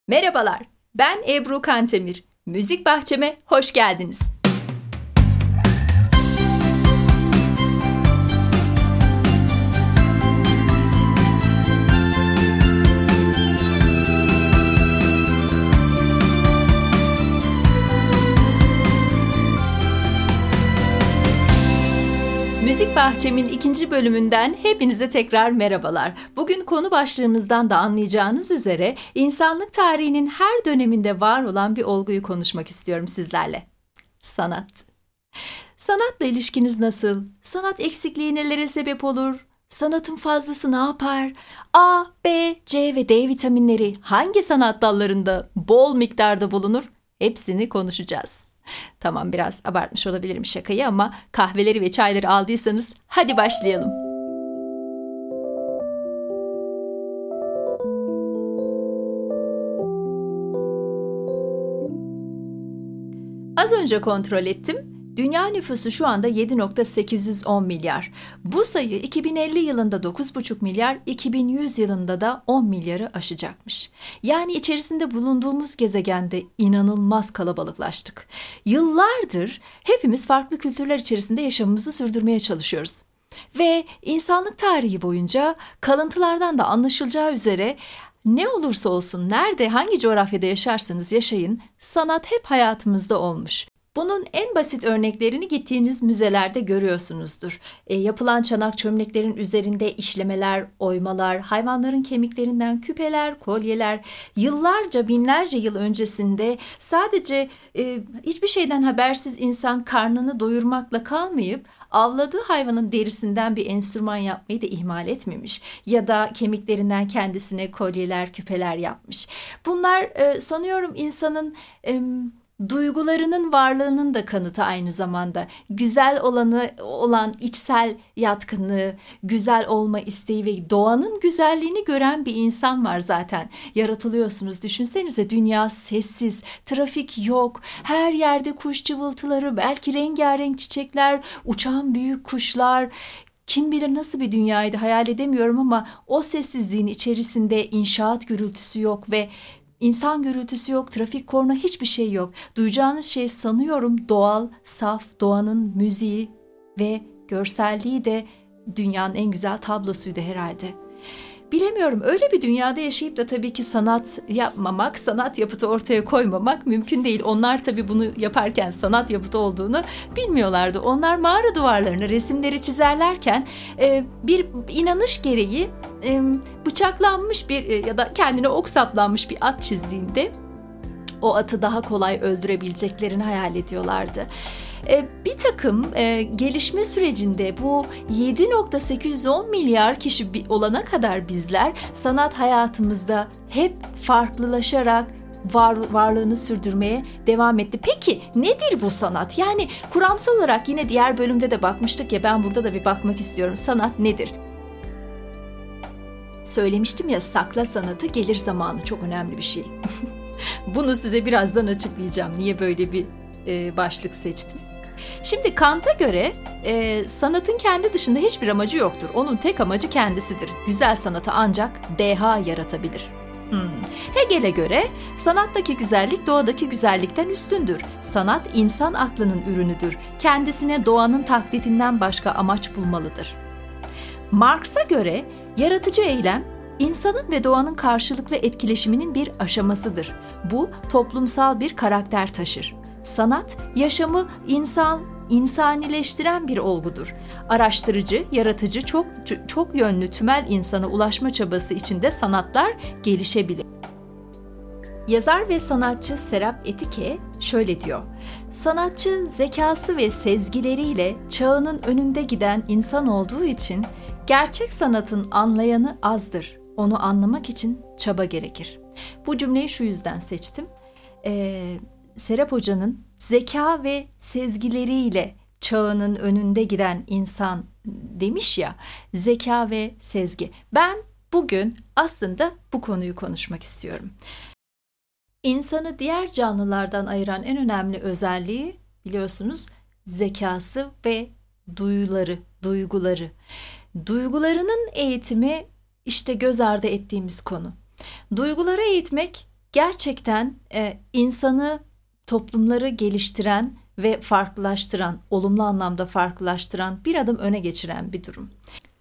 Merhabalar, ben Ebru Kantemir. Müzik bahçeme hoş geldiniz. Müzik Bahçem'in ikinci bölümünden hepinize tekrar merhabalar. Bugün konu başlığımızdan da anlayacağınız üzere insanlık tarihinin her döneminde var olan bir olguyu konuşmak istiyorum sizlerle. Sanat. Sanatla ilişkiniz nasıl? Sanat eksikliği nelere sebep olur? Sanatın fazlası ne yapar? A, B, C ve D vitaminleri hangi sanat dallarında bol miktarda bulunur? Hepsini konuşacağız. Tamam, biraz abartmış olabilirim şakayı ama kahveleri ve çayları aldıysanız hadi başlayalım. Az önce kontrol ettim. Dünya nüfusu şu anda 7.810 milyar. Bu sayı 2050 yılında 9,5 milyar, 2100 yılında da 10 milyarı aşacakmış. Yani içerisinde bulunduğumuz gezegende inanılmaz kalabalıklaştık. Yıllardır hepimiz farklı kültürler içerisinde yaşamımızı sürdürmeye çalışıyoruz. Ve insanlık tarihi boyunca kalıntılardan da anlaşılacağı üzere ne olursa olsun, nerede, hangi coğrafyada yaşarsanız yaşayın, sanat hep hayatımızda olmuş. Bunun en basit örneklerini gittiğiniz müzelerde görüyorsunuzdur. Yapılan çanak çömleklerin üzerinde işlemeler, oymalar, hayvanların kemiklerinden küpeler, kolyeler, yıllarca, binlerce yıl öncesinde sadece hiçbir şeyden habersiz insan karnını doyurmakla kalmayıp avladığı hayvanın derisinden bir enstrüman yapmayı da ihmal etmemiş ya da kemiklerinden kendisine kolyeler, küpeler yapmış. Bunlar sanıyorum insanın duygularının varlığının da kanıtı aynı zamanda. Güzel olan içsel yatkınlığı, güzel olma isteği ve doğanın güzelliğini gören bir insan var zaten. Yaratılıyorsunuz. Düşünsenize, dünya sessiz, trafik yok, her yerde kuş cıvıltıları, belki rengarenk çiçekler, uçan büyük kuşlar. Kim bilir nasıl bir dünyaydı, hayal edemiyorum ama o sessizliğin içerisinde inşaat gürültüsü yok ve İnsan gürültüsü yok, trafik korna, hiçbir şey yok. Duyacağınız şey sanıyorum doğal, saf, doğanın müziği ve görselliği de dünyanın en güzel tablosuydu herhalde. Bilemiyorum, öyle bir dünyada yaşayıp da tabii ki sanat yapmamak, sanat yapıtı ortaya koymamak mümkün değil. Onlar tabii bunu yaparken sanat yapıtı olduğunu bilmiyorlardı. Onlar mağara duvarlarına resimleri çizerlerken bir inanış gereği bıçaklanmış bir ya da kendine ok saplanmış bir at çizdiğinde o atı daha kolay öldürebileceklerini hayal ediyorlardı. Bir takım gelişme sürecinde bu 7.810 milyar kişi olana kadar bizler sanat hayatımızda hep farklılaşarak varlığını sürdürmeye devam etti. Peki nedir bu sanat? Yani kuramsal olarak yine diğer bölümde de bakmıştık ya, ben burada da bir bakmak istiyorum. Sanat nedir? Söylemiştim ya, sakla sanatı, gelir zamanı çok önemli bir şey. Bunu size birazdan açıklayacağım. Niye böyle bir başlık seçtim? Şimdi Kant'a göre sanatın kendi dışında hiçbir amacı yoktur. Onun tek amacı kendisidir. Güzel sanatı ancak deha yaratabilir. Hegel'e göre sanattaki güzellik doğadaki güzellikten üstündür. Sanat insan aklının ürünüdür. Kendisine doğanın taklitinden başka amaç bulmalıdır. Marx'a göre yaratıcı eylem İnsanın ve doğanın karşılıklı etkileşiminin bir aşamasıdır. Bu toplumsal bir karakter taşır. Sanat, yaşamı insanileştiren bir olgudur. Araştırıcı, yaratıcı, çok yönlü tümel insana ulaşma çabası içinde sanatlar gelişebilir. Yazar ve sanatçı Serap Etike şöyle diyor: sanatçı zekası ve sezgileriyle çağının önünde giden insan olduğu için gerçek sanatın anlayanı azdır. Onu anlamak için çaba gerekir. Bu cümleyi şu yüzden seçtim. Serap Hoca'nın zeka ve sezgileriyle çağının önünde giden insan demiş ya, zeka ve sezgi. Ben bugün aslında bu konuyu konuşmak istiyorum. İnsanı diğer canlılardan ayıran en önemli özelliği biliyorsunuz zekası ve duyguları. Duygularının eğitimi işte göz ardı ettiğimiz konu. Duyguları eğitmek gerçekten insanı, toplumları geliştiren ve farklılaştıran, olumlu anlamda farklılaştıran, bir adım öne geçiren bir durum.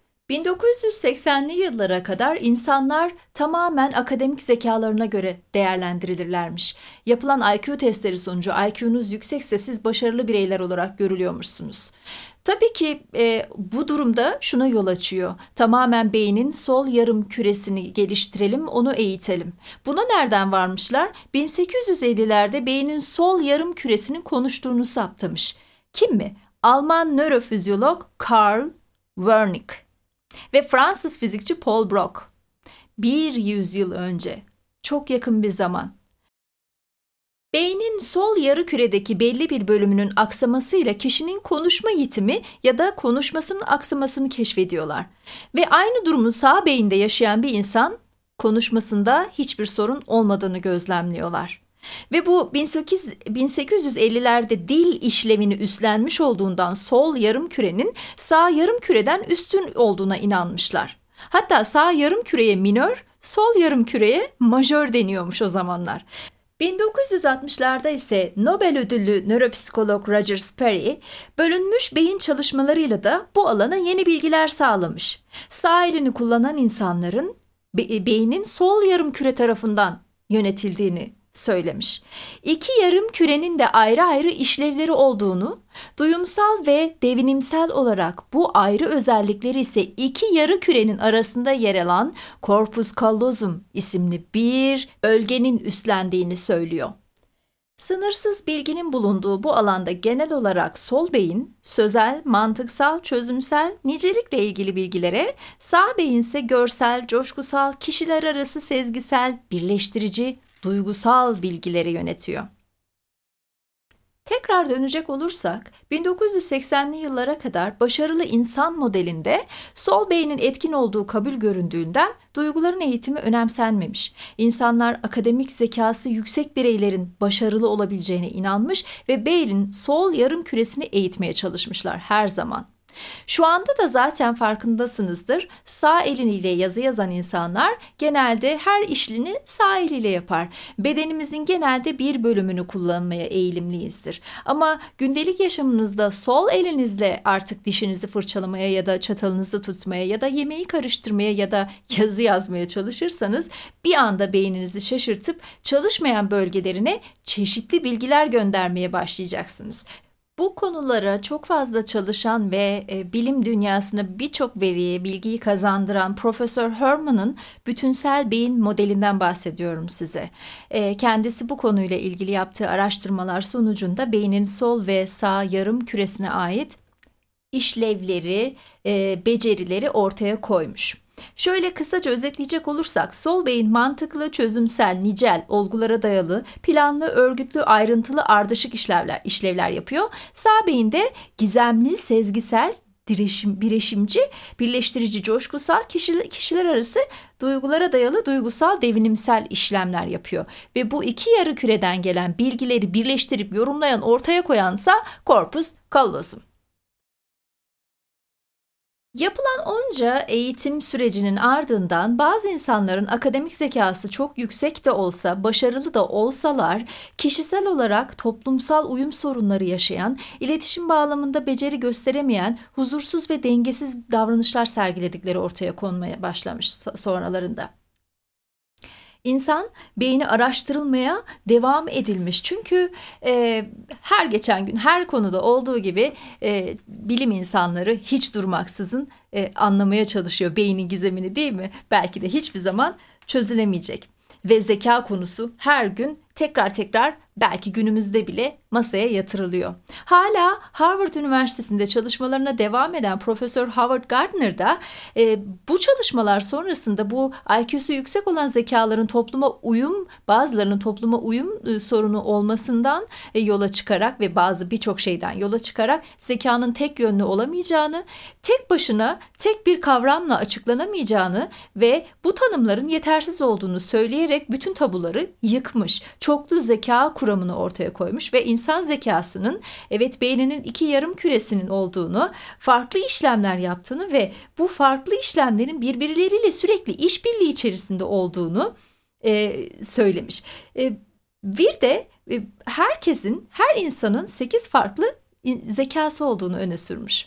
1980'li yıllara kadar insanlar tamamen akademik zekalarına göre değerlendirilirlermiş. Yapılan IQ testleri sonucu IQ'nuz yüksekse siz başarılı bireyler olarak görülüyormuşsunuz. Tabii ki bu durumda şuna yol açıyor. Tamamen beynin sol yarım küresini geliştirelim, onu eğitelim. Buna nereden varmışlar? 1850'lerde beynin sol yarım küresinin konuştuğunu saptamış. Kim mi? Alman nörofizyolog Karl Wernicke ve Fransız fizikçi Paul Broca. Bir yüzyıl önce, çok yakın bir zaman. Beynin sol yarı küredeki belli bir bölümünün aksamasıyla kişinin konuşma yitimi ya da konuşmasının aksamasını keşfediyorlar. Ve aynı durumu sağ beyinde yaşayan bir insan konuşmasında hiçbir sorun olmadığını gözlemliyorlar. Ve bu 1850'lerde dil işlevini üstlenmiş olduğundan sol yarım kürenin sağ yarım küreden üstün olduğuna inanmışlar. Hatta sağ yarım küreye minör, sol yarım küreye majör deniyormuş o zamanlar. 1960'larda ise Nobel ödüllü nöropsikolog Roger Sperry, bölünmüş beyin çalışmalarıyla da bu alana yeni bilgiler sağlamış. Sağ elini kullanan insanların beynin sol yarım küre tarafından yönetildiğini söylemiş. İki yarım kürenin de ayrı ayrı işlevleri olduğunu, duyumsal ve devinimsel olarak bu ayrı özellikleri ise iki yarı kürenin arasında yer alan corpus callosum isimli bir bölgenin üstlendiğini söylüyor. Sınırsız bilginin bulunduğu bu alanda genel olarak sol beyin, sözel, mantıksal, çözümsel, nicelikle ilgili bilgilere, sağ beyin ise görsel, coşkusal, kişiler arası sezgisel, birleştirici, duygusal bilgileri yönetiyor. Tekrar dönecek olursak 1980'li yıllara kadar başarılı insan modelinde sol beynin etkin olduğu kabul göründüğünden duyguların eğitimi önemsenmemiş. İnsanlar akademik zekası yüksek bireylerin başarılı olabileceğine inanmış ve beynin sol yarım küresini eğitmeye çalışmışlar her zaman. Şu anda da zaten farkındasınızdır. Sağ eliyle yazı yazan insanlar genelde her işini sağ eliyle yapar. Bedenimizin genelde bir bölümünü kullanmaya eğilimliyizdir. Ama gündelik yaşamınızda sol elinizle artık dişinizi fırçalamaya ya da çatalınızı tutmaya ya da yemeği karıştırmaya ya da yazı yazmaya çalışırsanız bir anda beyninizi şaşırtıp çalışmayan bölgelerine çeşitli bilgiler göndermeye başlayacaksınız. Bu konulara çok fazla çalışan ve bilim dünyasına birçok veriyi, bilgiyi kazandıran Profesör Herman'ın bütünsel beyin modelinden bahsediyorum size. Kendisi bu konuyla ilgili yaptığı araştırmalar sonucunda beynin sol ve sağ yarım küresine ait işlevleri, becerileri ortaya koymuş. Şöyle kısaca özetleyecek olursak sol beyin mantıklı, çözümsel, nicel, olgulara dayalı, planlı, örgütlü, ayrıntılı, ardışık işlevler yapıyor. Sağ beyin de gizemli, sezgisel, birleşimci, birleştirici, coşkusal, kişiler arası duygulara dayalı duygusal, devinimsel işlemler yapıyor. Ve bu iki yarı küreden gelen bilgileri birleştirip yorumlayan, ortaya koyansa corpus callosum. Yapılan onca eğitim sürecinin ardından bazı insanların akademik zekası çok yüksek de olsa, başarılı da olsalar, kişisel olarak toplumsal uyum sorunları yaşayan, iletişim bağlamında beceri gösteremeyen, huzursuz ve dengesiz davranışlar sergiledikleri ortaya konmaya başlamış sonralarında. İnsan beyni araştırılmaya devam edilmiş. Çünkü her geçen gün her konuda olduğu gibi bilim insanları hiç durmaksızın anlamaya çalışıyor beynin gizemini, değil mi? Belki de hiçbir zaman çözülemeyecek. Ve zeka konusu her gün tekrar belki günümüzde bile masaya yatırılıyor. Hala Harvard Üniversitesi'nde çalışmalarına devam eden Profesör Howard Gardner da bu çalışmalar sonrasında bu IQ'su yüksek olan zekaların bazılarının topluma uyum sorunu olmasından yola çıkarak ve birçok şeyden yola çıkarak zekanın tek yönlü olamayacağını, tek başına tek bir kavramla açıklanamayacağını ve bu tanımların yetersiz olduğunu söyleyerek bütün tabuları yıkmış. Çoklu zeka kuramını ortaya koymuş ve insan zekasının beyninin iki yarım küresinin olduğunu, farklı işlemler yaptığını ve bu farklı işlemlerin birbirleriyle sürekli işbirliği içerisinde olduğunu söylemiş. Bir de her insanın 8 farklı zekası olduğunu öne sürmüş.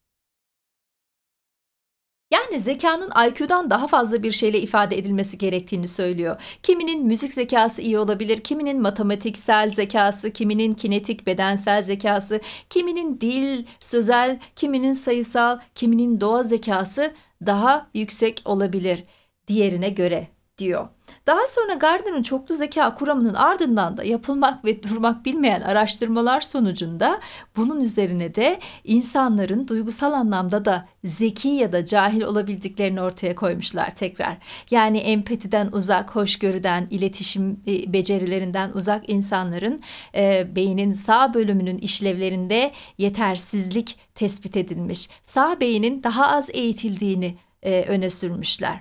Yani zekanın IQ'dan daha fazla bir şeyle ifade edilmesi gerektiğini söylüyor. Kiminin müzik zekası iyi olabilir, kiminin matematiksel zekası, kiminin kinetik bedensel zekası, kiminin dil, sözel, kiminin sayısal, kiminin doğa zekası daha yüksek olabilir diğerine göre diyor. Daha sonra Gardner'ın çoklu zeka kuramının ardından da yapılmak ve durmak bilmeyen araştırmalar sonucunda bunun üzerine de insanların duygusal anlamda da zeki ya da cahil olabildiklerini ortaya koymuşlar tekrar. Yani empatiden uzak, hoşgörüden, iletişim becerilerinden uzak insanların beynin sağ bölümünün işlevlerinde yetersizlik tespit edilmiş. Sağ beynin daha az eğitildiğini öne sürmüşler.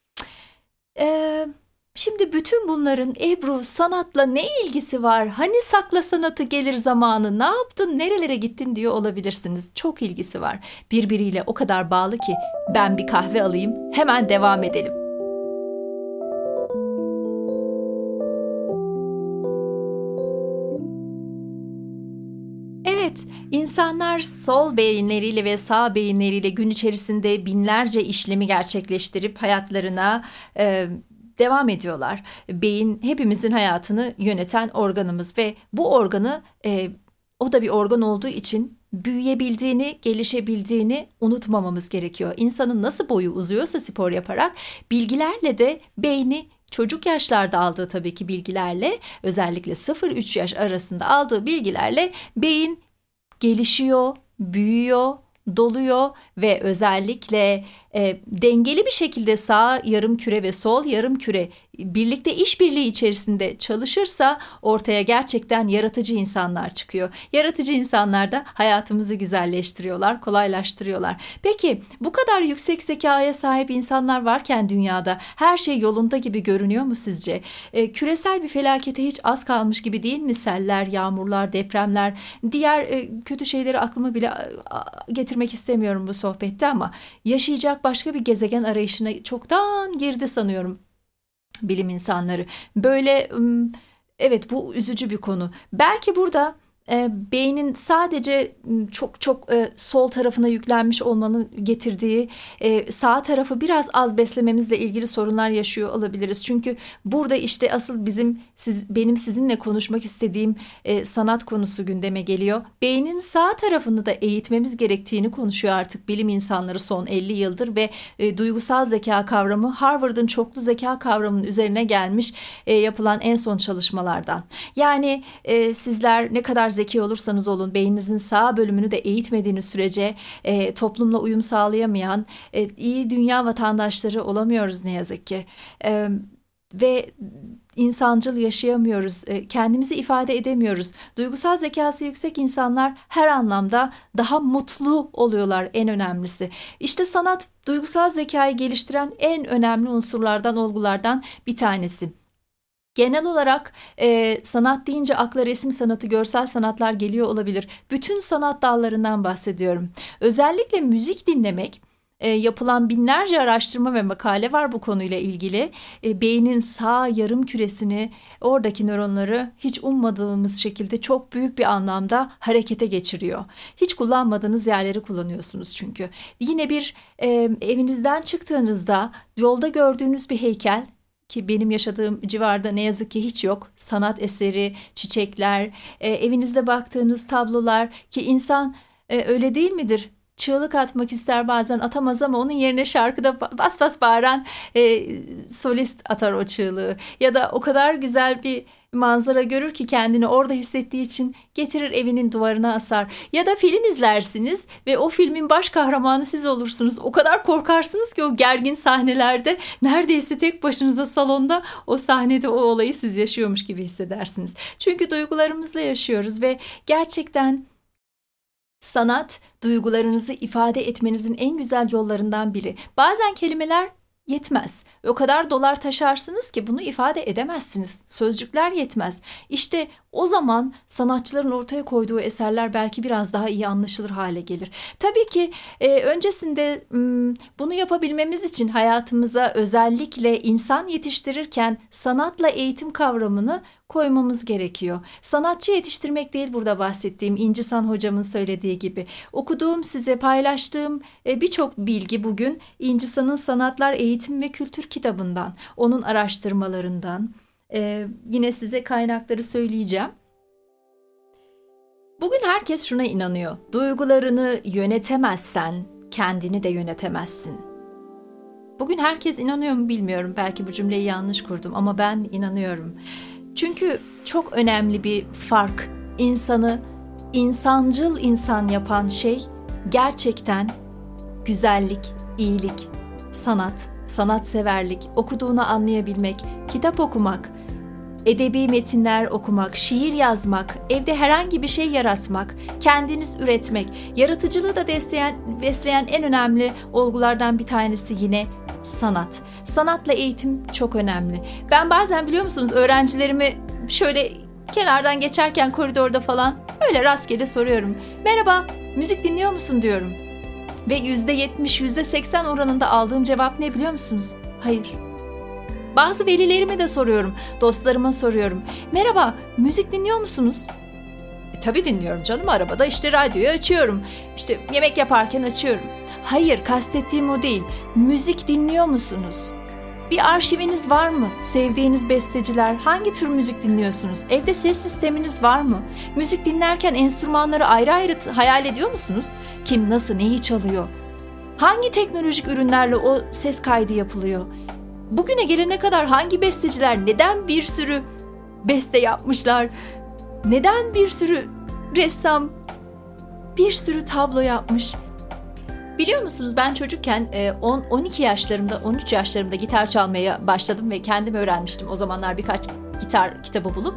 Şimdi bütün bunların Ebru sanatla ne ilgisi var? Hani sakla sanatı gelir zamanı, ne yaptın, nerelere gittin diyor olabilirsiniz. Çok ilgisi var. Birbiriyle o kadar bağlı ki ben bir kahve alayım, hemen devam edelim. Evet, insanlar sol beyinleriyle ve sağ beyinleriyle gün içerisinde binlerce işlemi gerçekleştirip hayatlarına devam ediyorlar. Beyin hepimizin hayatını yöneten organımız ve bu organı o da bir organ olduğu için büyüyebildiğini, gelişebildiğini unutmamamız gerekiyor. İnsanın nasıl boyu uzuyorsa spor yaparak bilgilerle de beyni çocuk yaşlarda aldığı tabii ki bilgilerle özellikle 0-3 yaş arasında aldığı bilgilerle beyin gelişiyor, büyüyor, doluyor ve özellikle dengeli bir şekilde sağ yarımküre ve sol yarımküre birlikte işbirliği içerisinde çalışırsa ortaya gerçekten yaratıcı insanlar çıkıyor. Yaratıcı insanlar da hayatımızı güzelleştiriyorlar, kolaylaştırıyorlar. Peki bu kadar yüksek zekaya sahip insanlar varken dünyada her şey yolunda gibi görünüyor mu sizce? Küresel bir felakete hiç az kalmış gibi değil mi? Seller, yağmurlar, depremler, diğer kötü şeyleri aklıma bile getirmek istemiyorum bu sohbette ama yaşayacak başka bir gezegen arayışına çoktan girdi sanıyorum bilim insanları. Böyle evet, bu üzücü bir konu. Belki burada beynin sadece çok sol tarafına yüklenmiş olmanın getirdiği sağ tarafı biraz az beslememizle ilgili sorunlar yaşıyor olabiliriz. Çünkü burada işte asıl benim sizinle konuşmak istediğim sanat konusu gündeme geliyor. Beynin sağ tarafını da eğitmemiz gerektiğini konuşuyor artık bilim insanları son 50 yıldır ve duygusal zeka kavramı Harvard'ın çoklu zeka kavramının üzerine gelmiş yapılan en son çalışmalardan. Yani sizler ne kadar zeki olursanız olun beyninizin sağ bölümünü de eğitmediğiniz sürece toplumla uyum sağlayamayan iyi dünya vatandaşları olamıyoruz ne yazık ki. Ve insancıl yaşayamıyoruz, kendimizi ifade edemiyoruz. Duygusal zekası yüksek insanlar her anlamda daha mutlu oluyorlar, en önemlisi. İşte sanat duygusal zekayı geliştiren en önemli unsurlardan, olgulardan bir tanesi. Genel olarak sanat deyince akla resim sanatı, görsel sanatlar geliyor olabilir. Bütün sanat dallarından bahsediyorum. Özellikle müzik dinlemek, yapılan binlerce araştırma ve makale var bu konuyla ilgili. Beynin sağ yarım küresini, oradaki nöronları hiç ummadığımız şekilde çok büyük bir anlamda harekete geçiriyor. Hiç kullanmadığınız yerleri kullanıyorsunuz çünkü. Yine bir evinizden çıktığınızda yolda gördüğünüz bir heykel, ki benim yaşadığım civarda ne yazık ki hiç yok. Sanat eseri, çiçekler, evinizde baktığınız tablolar, ki insan öyle değil midir? Çığlık atmak ister, bazen atamaz ama onun yerine şarkıda bas bas bağıran solist atar o çığlığı. Ya da o kadar güzel bir manzara görür ki kendini orada hissettiği için getirir evinin duvarına asar. Ya da film izlersiniz ve o filmin baş kahramanı siz olursunuz. O kadar korkarsınız ki o gergin sahnelerde neredeyse tek başınıza salonda o sahnede o olayı siz yaşıyormuş gibi hissedersiniz. Çünkü duygularımızla yaşıyoruz ve gerçekten sanat duygularınızı ifade etmenizin en güzel yollarından biri. Bazen kelimeler yetmez. O kadar dolar taşarsınız ki bunu ifade edemezsiniz. Sözcükler yetmez. İşte o zaman sanatçıların ortaya koyduğu eserler belki biraz daha iyi anlaşılır hale gelir. Tabii ki öncesinde bunu yapabilmemiz için hayatımıza özellikle insan yetiştirirken sanatla eğitim kavramını koymamız gerekiyor. Sanatçı yetiştirmek değil burada bahsettiğim, İncisan hocamın söylediği gibi. Okuduğum, size paylaştığım birçok bilgi bugün İncisan'ın Sanatlar, Eğitim ve Kültür kitabından, onun araştırmalarından. Yine size kaynakları söyleyeceğim. Bugün herkes şuna inanıyor: duygularını yönetemezsen kendini de yönetemezsin. Bugün herkes inanıyor mu bilmiyorum. Belki bu cümleyi yanlış kurdum ama ben inanıyorum. Çünkü çok önemli bir fark. İnsanı insancıl insan yapan şey gerçekten güzellik, iyilik, sanat, sanatseverlik, okuduğunu anlayabilmek, kitap okumak, edebi metinler okumak, şiir yazmak, evde herhangi bir şey yaratmak, kendiniz üretmek, yaratıcılığı da besleyen en önemli olgulardan bir tanesi yine sanat. Sanatla eğitim çok önemli. Ben bazen, biliyor musunuz, öğrencilerimi şöyle kenardan geçerken koridorda falan öyle rastgele soruyorum. Merhaba, müzik dinliyor musun diyorum. Ve %70, %80 oranında aldığım cevap ne biliyor musunuz? Hayır. Bazı velilerime de soruyorum, dostlarıma soruyorum. Merhaba, müzik dinliyor musunuz? Tabii dinliyorum canım, arabada işte radyoyu açıyorum. İşte yemek yaparken açıyorum. Hayır, kastettiğim o değil. Müzik dinliyor musunuz? Bir arşiviniz var mı? Sevdiğiniz besteciler, hangi tür müzik dinliyorsunuz? Evde ses sisteminiz var mı? Müzik dinlerken enstrümanları ayrı ayrı hayal ediyor musunuz? Kim, nasıl, neyi çalıyor? Hangi teknolojik ürünlerle o ses kaydı yapılıyor? Bugüne gelene kadar hangi besteciler neden bir sürü beste yapmışlar? Neden bir sürü ressam bir sürü tablo yapmış? Biliyor musunuz, ben çocukken 12 yaşlarımda, 13 yaşlarımda gitar çalmaya başladım ve kendim öğrenmiştim o zamanlar birkaç gitar kitabı bulup.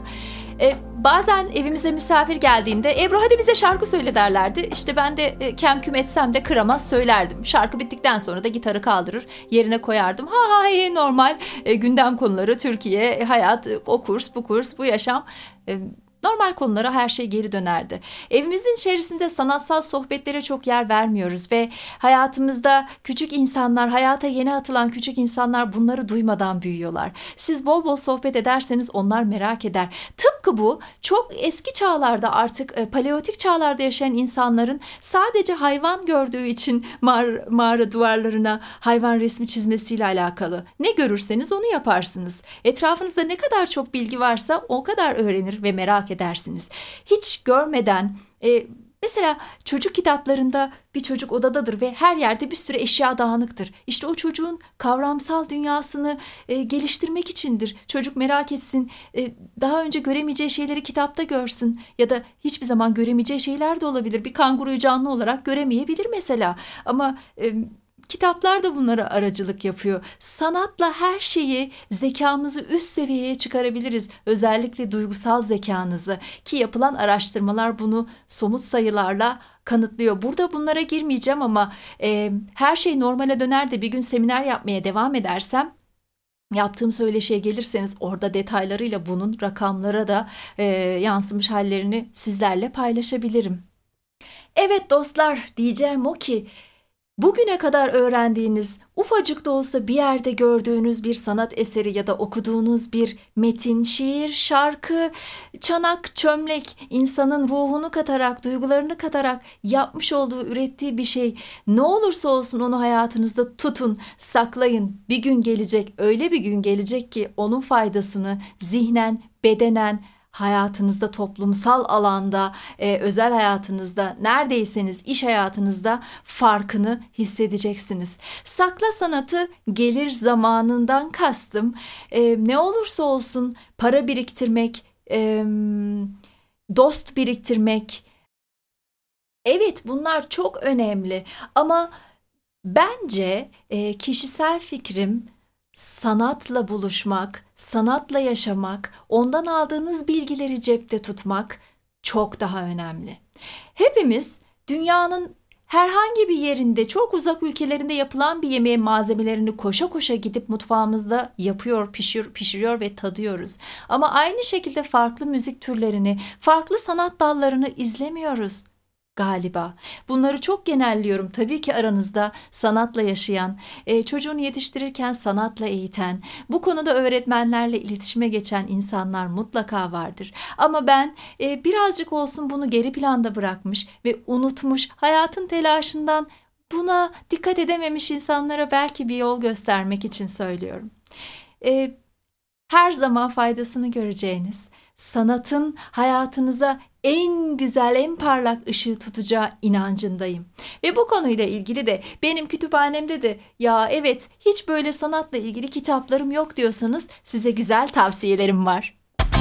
Bazen evimize misafir geldiğinde Ebru hadi bize şarkı söyle derlerdi. İşte ben de kem küm etsem de kıramaz söylerdim. Şarkı bittikten sonra da gitarı kaldırır yerine koyardım. Normal gündem konuları, Türkiye, hayat, o kurs, bu kurs, bu yaşam. Normal konulara her şey geri dönerdi. Evimizin içerisinde sanatsal sohbetlere çok yer vermiyoruz ve hayatımızda küçük insanlar, hayata yeni atılan küçük insanlar bunları duymadan büyüyorlar. Siz bol bol sohbet ederseniz onlar merak eder. Tıpkı bu çok eski çağlarda, artık paleolitik çağlarda yaşayan insanların sadece hayvan gördüğü için mağara duvarlarına hayvan resmi çizmesiyle alakalı. Ne görürseniz onu yaparsınız. Etrafınızda ne kadar çok bilgi varsa o kadar öğrenir ve merak edersiniz. Hiç görmeden, mesela çocuk kitaplarında bir çocuk odadadır ve her yerde bir sürü eşya dağınıktır. İşte o çocuğun kavramsal dünyasını geliştirmek içindir. Çocuk merak etsin, daha önce göremeyeceği şeyleri kitapta görsün ya da hiçbir zaman göremeyeceği şeyler de olabilir. Bir kanguruyu canlı olarak göremeyebilir mesela, ama kitaplar da bunlara aracılık yapıyor. Sanatla her şeyi, zekamızı üst seviyeye çıkarabiliriz. Özellikle duygusal zekanızı, ki yapılan araştırmalar bunu somut sayılarla kanıtlıyor. Burada bunlara girmeyeceğim ama her şey normale döner de bir gün seminer yapmaya devam edersem, yaptığım söyleşiye gelirseniz orada detaylarıyla bunun rakamlara da yansımış hallerini sizlerle paylaşabilirim. Evet dostlar, diyeceğim o ki, bugüne kadar öğrendiğiniz, ufacık da olsa bir yerde gördüğünüz bir sanat eseri ya da okuduğunuz bir metin, şiir, şarkı, çanak, çömlek, insanın ruhunu katarak, duygularını katarak yapmış olduğu, ürettiği bir şey, ne olursa olsun onu hayatınızda tutun, saklayın. Bir gün gelecek, öyle bir gün gelecek ki onun faydasını zihnen, bedenen, hayatınızda, toplumsal alanda, özel hayatınızda, neredeyseniz iş hayatınızda farkını hissedeceksiniz. Sakla sanatı gelir zamanından kastım. Ne olursa olsun para biriktirmek, dost biriktirmek. Evet, bunlar çok önemli ama bence kişisel fikrim, sanatla buluşmak, sanatla yaşamak, ondan aldığınız bilgileri cepte tutmak çok daha önemli. Hepimiz dünyanın herhangi bir yerinde, çok uzak ülkelerinde yapılan bir yemeğin malzemelerini koşa koşa gidip mutfağımızda yapıyor, pişiriyor ve tadıyoruz. Ama aynı şekilde farklı müzik türlerini, farklı sanat dallarını izlemiyoruz galiba. Bunları çok genelliyorum. Tabii ki aranızda sanatla yaşayan, çocuğunu yetiştirirken sanatla eğiten, bu konuda öğretmenlerle iletişime geçen insanlar mutlaka vardır. Ama ben birazcık olsun bunu geri planda bırakmış ve unutmuş, hayatın telaşından buna dikkat edememiş insanlara belki bir yol göstermek için söylüyorum. Her zaman faydasını göreceğiniz, sanatın hayatınıza en güzel, en parlak ışığı tutacağı inancındayım. Ve bu konuyla ilgili de benim kütüphanemde de ya evet hiç böyle sanatla ilgili kitaplarım yok diyorsanız size güzel tavsiyelerim var.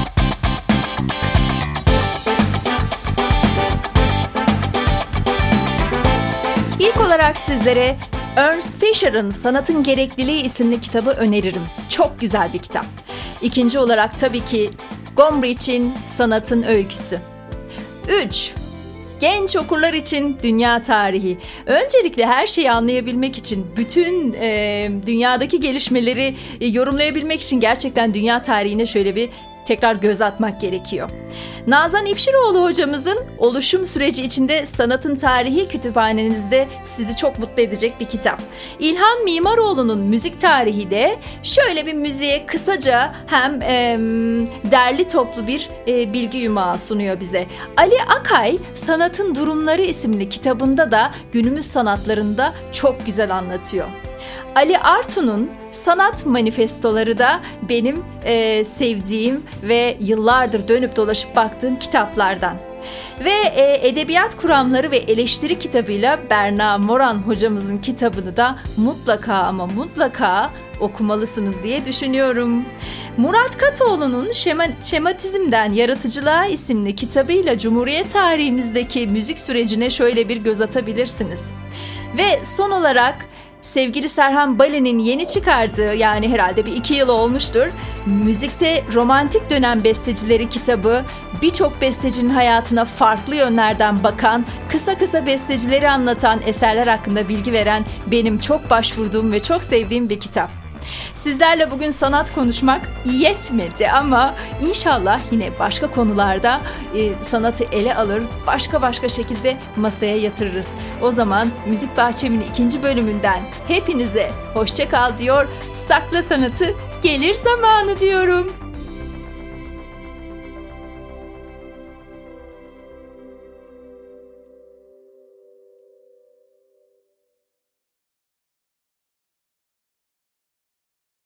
İlk olarak sizlere Ernst Fischer'ın Sanatın Gerekliliği isimli kitabı öneririm. Çok güzel bir kitap. İkinci olarak tabii ki Gombrich'in Sanatın Öyküsü. 3. Genç okurlar için dünya tarihi. Öncelikle her şeyi anlayabilmek için, bütün dünyadaki gelişmeleri yorumlayabilmek için gerçekten dünya tarihine şöyle bir tekrar göz atmak gerekiyor. Nazan İpşiroğlu hocamızın oluşum süreci içinde sanatın tarihi kütüphanenizde sizi çok mutlu edecek bir kitap. İlhan Mimaroğlu'nun müzik tarihi de şöyle bir müziğe kısaca hem derli toplu bir bilgi yumağı sunuyor bize. Ali Akay Sanatın Durumları isimli kitabında da günümüz sanatlarında çok güzel anlatıyor. Ali Artu'nun Sanat Manifestoları da benim sevdiğim ve yıllardır dönüp dolaşıp baktığım kitaplardan. Ve Edebiyat Kuramları ve Eleştiri kitabıyla Berna Moran hocamızın kitabını da mutlaka ama mutlaka okumalısınız diye düşünüyorum. Murat Katoğlu'nun Şematizmden Yaratıcılığa isimli kitabıyla Cumhuriyet tarihimizdeki müzik sürecine şöyle bir göz atabilirsiniz. Ve son olarak sevgili Serhan Balen'in yeni çıkardığı, yani herhalde bir 2 yıl olmuştur, Müzikte Romantik Dönem Bestecileri kitabı, birçok bestecinin hayatına farklı yönlerden bakan, kısa kısa bestecileri anlatan eserler hakkında bilgi veren benim çok başvurduğum ve çok sevdiğim bir kitap. Sizlerle bugün sanat konuşmak yetmedi ama inşallah yine başka konularda sanatı ele alır, başka şekilde masaya yatırırız. O zaman Müzik Bahçemi'nin 2. bölümünden hepinize hoşça kal diyor, sakla sanatı, gelir zamanı diyorum.